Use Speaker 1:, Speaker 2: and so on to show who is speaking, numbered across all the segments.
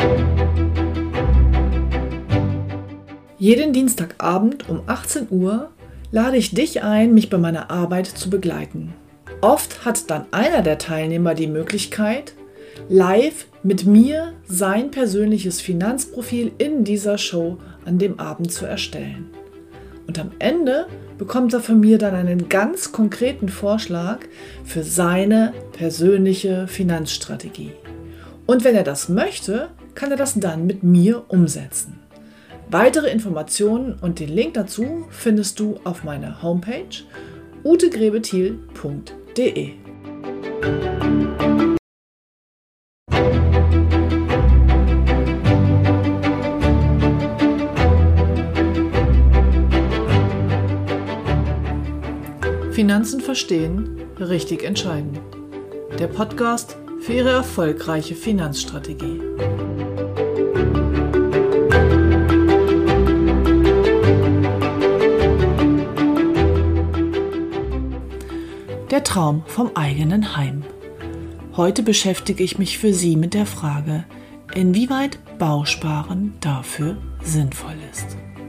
Speaker 1: Jeden Dienstagabend um 18 Uhr lade ich dich ein, mich bei meiner Arbeit zu begleiten. Oft hat dann einer der Teilnehmer die Möglichkeit, live mit mir sein persönliches Finanzprofil in dieser Show an dem Abend zu erstellen. Und am Ende bekommt er von mir dann einen ganz konkreten Vorschlag für seine persönliche Finanzstrategie. Und wenn er das möchte, kann er das dann mit mir umsetzen. Weitere Informationen und den Link dazu findest du auf meiner Homepage utegrebethiel.de. Finanzen verstehen, richtig entscheiden. Der Podcast für Ihre erfolgreiche Finanzstrategie. Der Traum vom eigenen Heim. Heute beschäftige ich mich für Sie mit der Frage, inwieweit Bausparen dafür sinnvoll ist.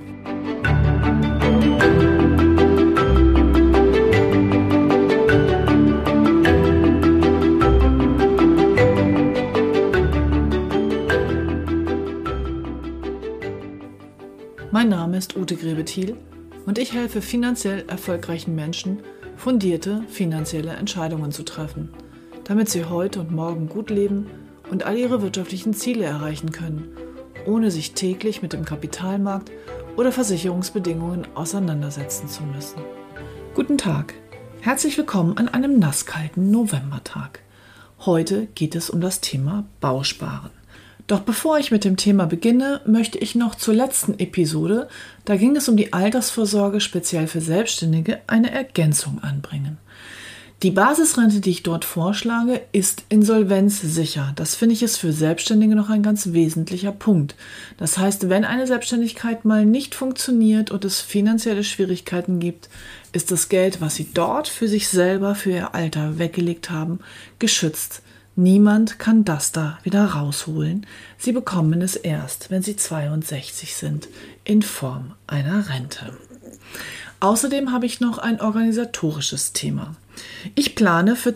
Speaker 1: Mein Name ist Ute Grebethiel und ich helfe finanziell erfolgreichen Menschen, fundierte finanzielle Entscheidungen zu treffen, damit sie heute und morgen gut leben und all ihre wirtschaftlichen Ziele erreichen können, ohne sich täglich mit dem Kapitalmarkt oder Versicherungsbedingungen auseinandersetzen zu müssen. Guten Tag, herzlich willkommen an einem nasskalten Novembertag. Heute geht es um das Thema Bausparen. Doch bevor ich mit dem Thema beginne, möchte ich noch zur letzten Episode, da ging es um die Altersvorsorge speziell für Selbstständige, eine Ergänzung anbringen. Die Basisrente, die ich dort vorschlage, ist insolvenzsicher. Das finde ich ist für Selbstständige noch ein ganz wesentlicher Punkt. Das heißt, wenn eine Selbstständigkeit mal nicht funktioniert und es finanzielle Schwierigkeiten gibt, ist das Geld, was Sie dort für sich selber, für Ihr Alter weggelegt haben, geschützt. Niemand kann das da wieder rausholen. Sie bekommen es erst, wenn Sie 62 sind, in Form einer Rente. Außerdem habe ich noch ein organisatorisches Thema. Ich plane für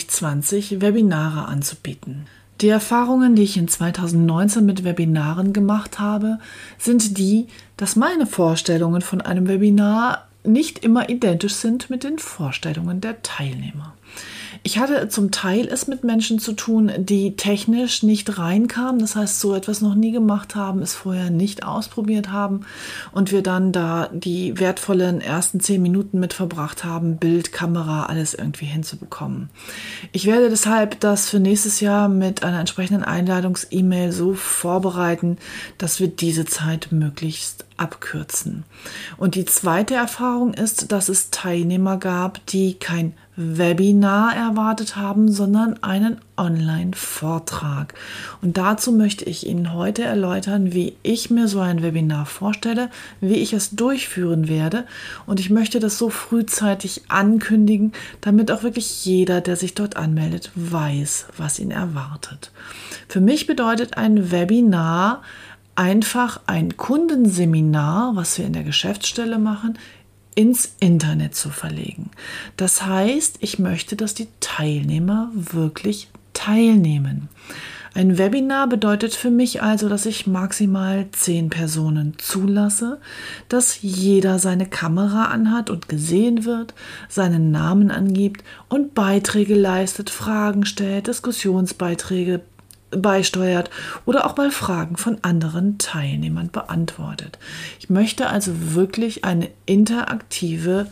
Speaker 1: 2020 Webinare anzubieten. Die Erfahrungen, die ich in 2019 mit Webinaren gemacht habe, sind die, dass meine Vorstellungen von einem Webinar nicht immer identisch sind mit den Vorstellungen der Teilnehmer. Ich hatte zum Teil es mit Menschen zu tun, die technisch nicht reinkamen, das heißt so etwas noch nie gemacht haben, es vorher nicht ausprobiert haben und wir dann da die wertvollen ersten 10 Minuten mit verbracht haben, Bild, Kamera, alles irgendwie hinzubekommen. Ich werde deshalb das für nächstes Jahr mit einer entsprechenden Einladungs-E-Mail so vorbereiten, dass wir diese Zeit möglichst abkürzen. Und die zweite Erfahrung ist, dass es Teilnehmer gab, die kein Webinar erwartet haben, sondern einen Online-Vortrag. Und dazu möchte ich Ihnen heute erläutern, wie ich mir so ein Webinar vorstelle, wie ich es durchführen werde. Und ich möchte das so frühzeitig ankündigen, damit auch wirklich jeder, der sich dort anmeldet, weiß, was ihn erwartet. Für mich bedeutet ein Webinar einfach ein Kundenseminar, was wir in der Geschäftsstelle machen, ins Internet zu verlegen. Das heißt, ich möchte, dass die Teilnehmer wirklich teilnehmen. Ein Webinar bedeutet für mich also, dass ich maximal 10 Personen zulasse, dass jeder seine Kamera anhat und gesehen wird, seinen Namen angibt und Beiträge leistet, Fragen stellt, Diskussionsbeiträge beisteuert oder auch mal Fragen von anderen Teilnehmern beantwortet. Ich möchte also wirklich ein interaktives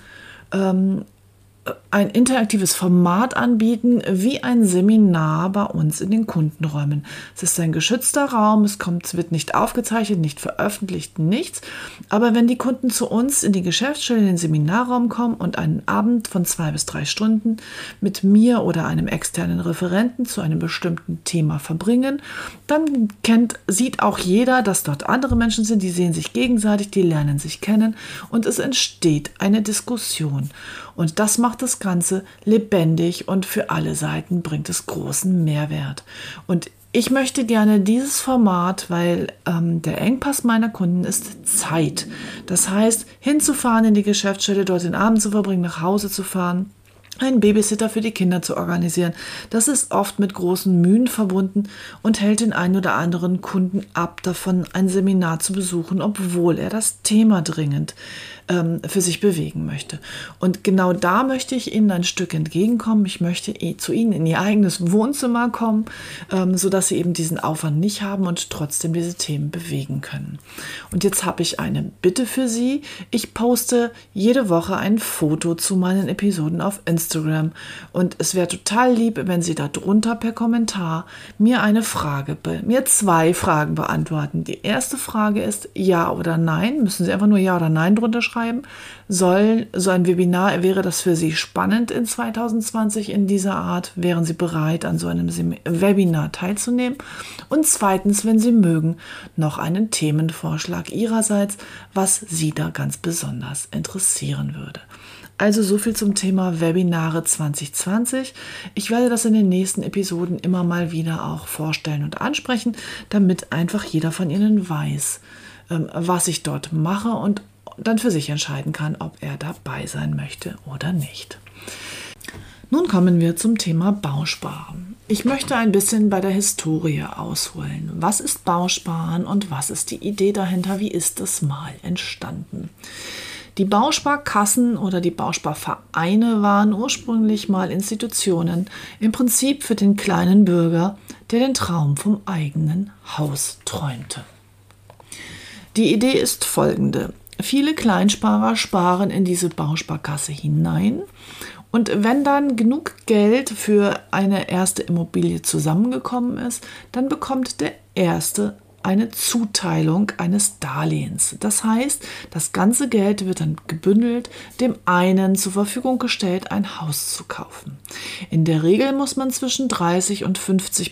Speaker 1: Format anbieten, wie ein Seminar bei uns in den Kundenräumen. Es ist ein geschützter Raum, es wird nicht aufgezeichnet, nicht veröffentlicht, nichts. Aber wenn die Kunden zu uns in die Geschäftsstelle, in den Seminarraum kommen und einen Abend von 2 bis 3 Stunden mit mir oder einem externen Referenten zu einem bestimmten Thema verbringen, dann sieht auch jeder, dass dort andere Menschen sind, die sehen sich gegenseitig, die lernen sich kennen und es entsteht eine Diskussion. Und das macht das Ganze lebendig und für alle Seiten bringt es großen Mehrwert. Und Ich möchte gerne dieses Format, weil der Engpass meiner Kunden ist Zeit. Das heißt, hinzufahren in die Geschäftsstelle, dort den Abend zu verbringen, nach Hause zu fahren, einen Babysitter für die Kinder zu organisieren. Das ist oft mit großen Mühen verbunden und hält den einen oder anderen Kunden ab, davon ein Seminar zu besuchen, obwohl er das Thema dringend für sich bewegen möchte. Und genau da möchte ich Ihnen ein Stück entgegenkommen. Ich möchte zu Ihnen in Ihr eigenes Wohnzimmer kommen, sodass Sie eben diesen Aufwand nicht haben und trotzdem diese Themen bewegen können. Und jetzt habe ich eine Bitte für Sie. Ich poste jede Woche ein Foto zu meinen Episoden auf Instagram und es wäre total lieb, wenn Sie da drunter per Kommentar mir zwei Fragen beantworten. Die erste Frage ist ja oder nein. Müssen Sie einfach nur ja oder nein drunter schreiben. Soll so ein Webinar, wäre das für Sie spannend in 2020 in dieser Art? Wären Sie bereit, an so einem Webinar teilzunehmen? Und zweitens, wenn Sie mögen, noch einen Themenvorschlag Ihrerseits, was Sie da ganz besonders interessieren würde. Also so viel zum Thema Webinare 2020. Ich werde das in den nächsten Episoden immer mal wieder auch vorstellen und ansprechen, damit einfach jeder von Ihnen weiß, was ich dort mache und dann für sich entscheiden kann, ob er dabei sein möchte oder nicht. Nun kommen wir zum Thema Bausparen. Ich möchte ein bisschen bei der Historie ausholen. Was ist Bausparen und was ist die Idee dahinter? Wie ist es mal entstanden? Die Bausparkassen oder die Bausparvereine waren ursprünglich mal Institutionen, im Prinzip für den kleinen Bürger, der den Traum vom eigenen Haus träumte. Die Idee ist folgende. Viele Kleinsparer sparen in diese Bausparkasse hinein und wenn dann genug Geld für eine erste Immobilie zusammengekommen ist, dann bekommt der Erste eine Zuteilung eines Darlehens. Das heißt, das ganze Geld wird dann gebündelt, dem einen zur Verfügung gestellt, ein Haus zu kaufen. In der Regel muss man zwischen 30% und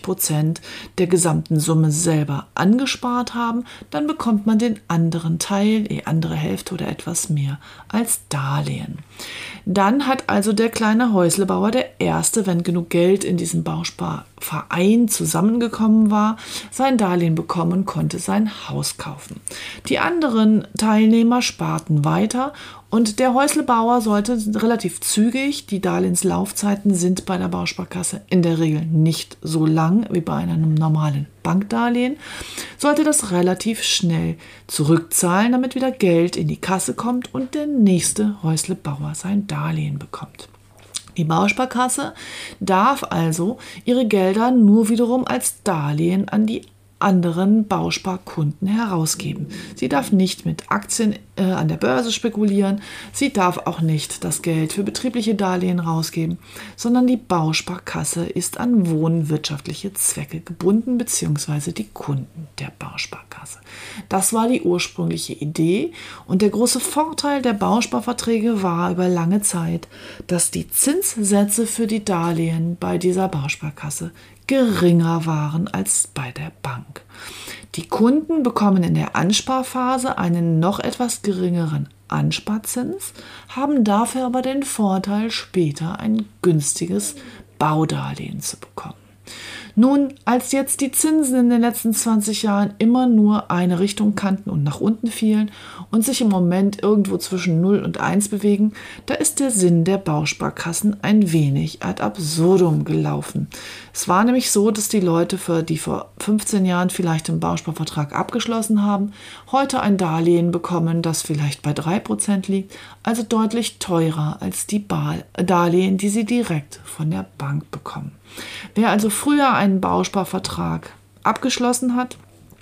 Speaker 1: 50% der gesamten Summe selber angespart haben, dann bekommt man den anderen Teil, die andere Hälfte oder etwas mehr als Darlehen. Dann hat also der kleine Häuslebauer, der Erste, wenn genug Geld in diesem Bausparverein zusammengekommen war, sein Darlehen bekommen und konnte sein Haus kaufen. Die anderen Teilnehmer sparten weiter und der Häuslebauer sollte relativ zügig, die Darlehenslaufzeiten sind bei der Bausparkasse in der Regel nicht so lang wie bei einem normalen Bankdarlehen, sollte das relativ schnell zurückzahlen, damit wieder Geld in die Kasse kommt und der nächste Häuslebauer sein Darlehen bekommt. Die Bausparkasse darf also ihre Gelder nur wiederum als Darlehen an die anderen Bausparkunden herausgeben. Sie darf nicht mit Aktien an der Börse spekulieren, sie darf auch nicht das Geld für betriebliche Darlehen rausgeben, sondern die Bausparkasse ist an wohnwirtschaftliche Zwecke gebunden, beziehungsweise die Kunden der Bausparkasse. Das war die ursprüngliche Idee und der große Vorteil der Bausparverträge war über lange Zeit, dass die Zinssätze für die Darlehen bei dieser Bausparkasse geringer waren als bei der Bank. Die Kunden bekommen in der Ansparphase einen noch etwas geringeren Ansparzins, haben dafür aber den Vorteil, später ein günstiges Baudarlehen zu bekommen. Nun, als jetzt die Zinsen in den letzten 20 Jahren immer nur eine Richtung kannten und nach unten fielen und sich im Moment irgendwo zwischen 0 und 1 bewegen, da ist der Sinn der Bausparkassen ein wenig ad absurdum gelaufen. Es war nämlich so, dass die Leute, die vor 15 Jahren vielleicht einen Bausparvertrag abgeschlossen haben, heute ein Darlehen bekommen, das vielleicht bei 3% liegt, also deutlich teurer als die Darlehen, die sie direkt von der Bank bekommen. Wer also früher einen Bausparvertrag abgeschlossen hat,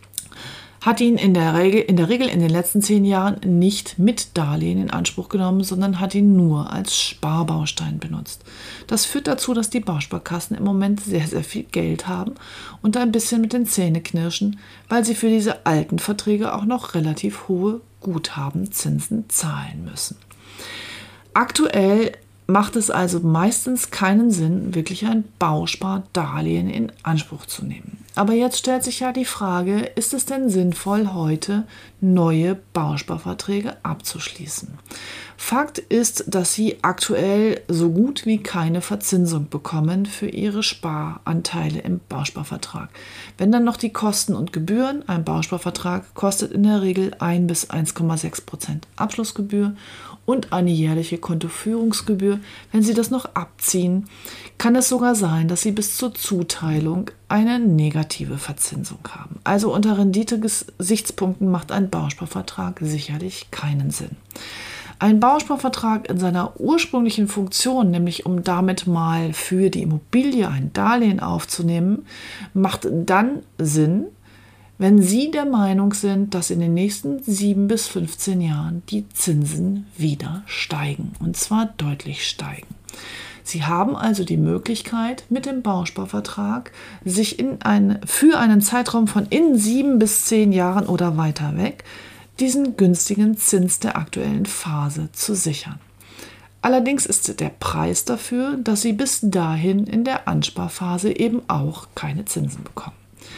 Speaker 1: hat ihn in der Regel in den letzten 10 Jahren nicht mit Darlehen in Anspruch genommen, sondern hat ihn nur als Sparbaustein benutzt. Das führt dazu, dass die Bausparkassen im Moment sehr, sehr viel Geld haben und ein bisschen mit den Zähnen knirschen, weil sie für diese alten Verträge auch noch relativ hohe Guthabenzinsen zahlen müssen. Aktuell macht es also meistens keinen Sinn, wirklich ein Bauspardarlehen in Anspruch zu nehmen. Aber jetzt stellt sich ja die Frage, ist es denn sinnvoll, heute neue Bausparverträge abzuschließen? Fakt ist, dass Sie aktuell so gut wie keine Verzinsung bekommen für Ihre Sparanteile im Bausparvertrag. Wenn dann noch die Kosten und Gebühren, ein Bausparvertrag kostet in der Regel 1 bis 1,6% Abschlussgebühr und eine jährliche Kontoführungsgebühr. Wenn Sie das noch abziehen, kann es sogar sein, dass Sie bis zur Zuteilung eine negative Verzinsung haben. Also unter Rendite-Gesichtspunkten macht ein Bausparvertrag sicherlich keinen Sinn. Ein Bausparvertrag in seiner ursprünglichen Funktion, nämlich um damit mal für die Immobilie ein Darlehen aufzunehmen, macht dann Sinn, wenn Sie der Meinung sind, dass in den nächsten 7 bis 15 Jahren die Zinsen wieder steigen, und zwar deutlich steigen. Sie haben also die Möglichkeit, mit dem Bausparvertrag sich für einen Zeitraum von 7 bis 10 Jahren oder weiter weg diesen günstigen Zins der aktuellen Phase zu sichern. Allerdings ist der Preis dafür, dass Sie bis dahin in der Ansparphase eben auch keine Zinsen bekommen.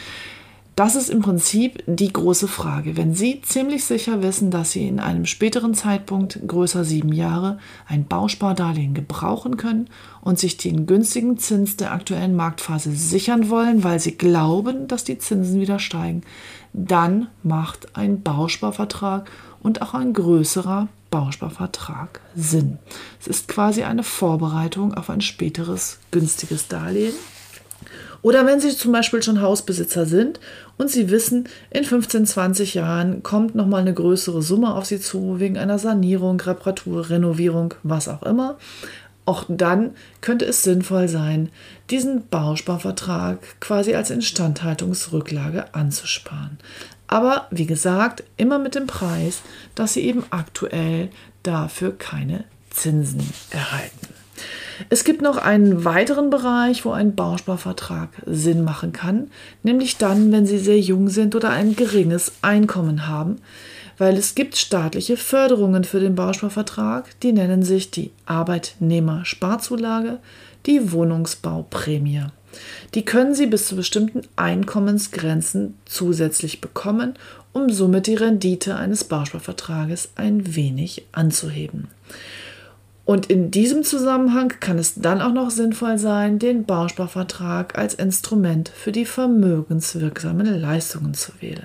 Speaker 1: Das ist im Prinzip die große Frage. Wenn Sie ziemlich sicher wissen, dass Sie in einem späteren Zeitpunkt, größer 7 Jahre, ein Bauspardarlehen gebrauchen können und sich den günstigen Zins der aktuellen Marktphase sichern wollen, weil Sie glauben, dass die Zinsen wieder steigen, dann macht ein Bausparvertrag und auch ein größerer Bausparvertrag Sinn. Es ist quasi eine Vorbereitung auf ein späteres günstiges Darlehen. Oder wenn Sie zum Beispiel schon Hausbesitzer sind und Sie wissen, in 15, 20 Jahren kommt nochmal eine größere Summe auf Sie zu, wegen einer Sanierung, Reparatur, Renovierung, was auch immer. Auch dann könnte es sinnvoll sein, diesen Bausparvertrag quasi als Instandhaltungsrücklage anzusparen. Aber wie gesagt, immer mit dem Preis, dass Sie eben aktuell dafür keine Zinsen erhalten. Es gibt noch einen weiteren Bereich, wo ein Bausparvertrag Sinn machen kann, nämlich dann, wenn Sie sehr jung sind oder ein geringes Einkommen haben, weil es gibt staatliche Förderungen für den Bausparvertrag, die nennen sich die Arbeitnehmersparzulage, die Wohnungsbauprämie. Die können Sie bis zu bestimmten Einkommensgrenzen zusätzlich bekommen, um somit die Rendite eines Bausparvertrages ein wenig anzuheben. Und in diesem Zusammenhang kann es dann auch noch sinnvoll sein, den Bausparvertrag als Instrument für die vermögenswirksamen Leistungen zu wählen.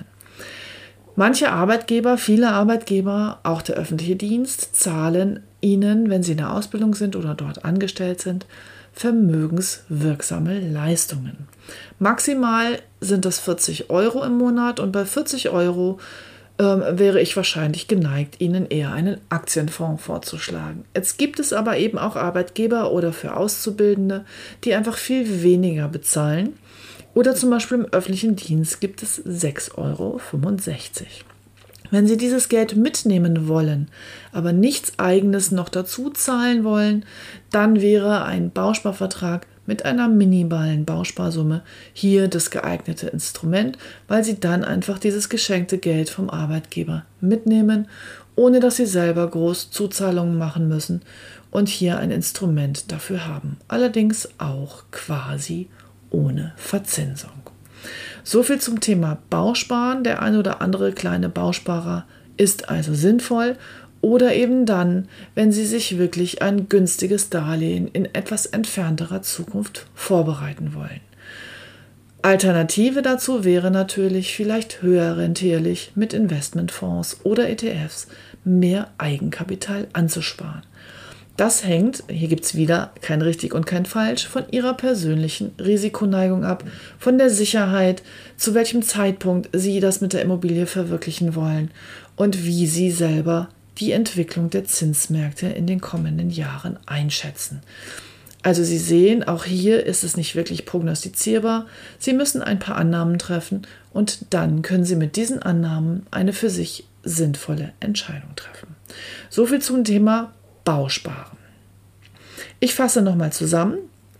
Speaker 1: Viele Arbeitgeber, auch der öffentliche Dienst, zahlen Ihnen, wenn Sie in der Ausbildung sind oder dort angestellt sind, vermögenswirksame Leistungen. Maximal sind das 40 € im Monat und bei 40 € wäre ich wahrscheinlich geneigt, Ihnen eher einen Aktienfonds vorzuschlagen. Jetzt gibt es aber eben auch Arbeitgeber oder für Auszubildende, die einfach viel weniger bezahlen. Oder zum Beispiel im öffentlichen Dienst gibt es 6,65 €. Wenn Sie dieses Geld mitnehmen wollen, aber nichts Eigenes noch dazu zahlen wollen, dann wäre ein Bausparvertrag mit einer minimalen Bausparsumme hier das geeignete Instrument, weil Sie dann einfach dieses geschenkte Geld vom Arbeitgeber mitnehmen, ohne dass Sie selber groß Zuzahlungen machen müssen und hier ein Instrument dafür haben. Allerdings auch quasi ohne Verzinsung. So viel zum Thema Bausparen. Der ein oder andere kleine Bausparer ist also sinnvoll oder eben dann, wenn Sie sich wirklich ein günstiges Darlehen in etwas entfernterer Zukunft vorbereiten wollen. Alternative dazu wäre natürlich vielleicht höher rentierlich mit Investmentfonds oder ETFs mehr Eigenkapital anzusparen. Das hängt, hier gibt es wieder kein richtig und kein falsch, von Ihrer persönlichen Risikoneigung ab, von der Sicherheit, zu welchem Zeitpunkt Sie das mit der Immobilie verwirklichen wollen und wie Sie selber die Entwicklung der Zinsmärkte in den kommenden Jahren einschätzen. Also Sie sehen, auch hier ist es nicht wirklich prognostizierbar. Sie müssen ein paar Annahmen treffen und dann können Sie mit diesen Annahmen eine für sich sinnvolle Entscheidung treffen. So viel zum Thema Bausparen. Ich fasse nochmal zusammen.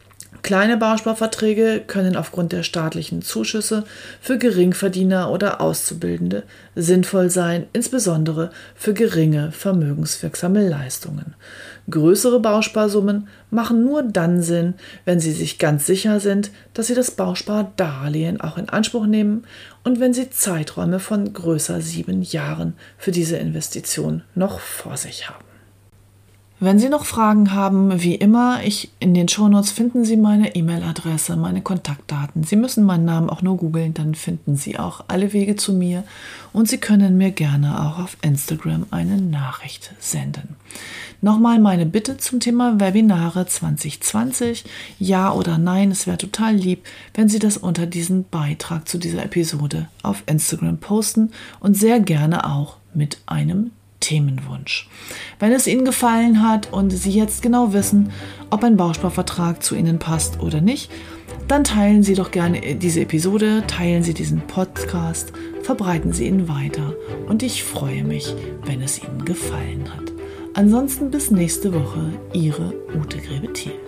Speaker 1: kleine Bausparverträge können aufgrund der staatlichen Zuschüsse für Geringverdiener oder Auszubildende sinnvoll sein, insbesondere für geringe vermögenswirksame Leistungen. Größere Bausparsummen machen nur dann Sinn, wenn Sie sich ganz sicher sind, dass Sie das Bauspardarlehen auch in Anspruch nehmen und wenn Sie Zeiträume von größer 7 Jahren für diese Investition noch vor sich haben. Wenn Sie noch Fragen haben, wie immer, in den Shownotes finden Sie meine E-Mail-Adresse, meine Kontaktdaten. Sie müssen meinen Namen auch nur googeln, dann finden Sie auch alle Wege zu mir und Sie können mir gerne auch auf Instagram eine Nachricht senden. Nochmal meine Bitte zum Thema Webinare 2020, ja oder nein, es wäre total lieb, wenn Sie das unter diesen Beitrag zu dieser Episode auf Instagram posten und sehr gerne auch mit einem Themenwunsch. Wenn es Ihnen gefallen hat und Sie jetzt genau wissen, ob ein Bausparvertrag zu Ihnen passt oder nicht, dann teilen Sie doch gerne diese Episode, teilen Sie diesen Podcast, verbreiten Sie ihn weiter und ich freue mich, wenn es Ihnen gefallen hat. Ansonsten bis nächste Woche, Ihre Ute Gräbe-Thiel.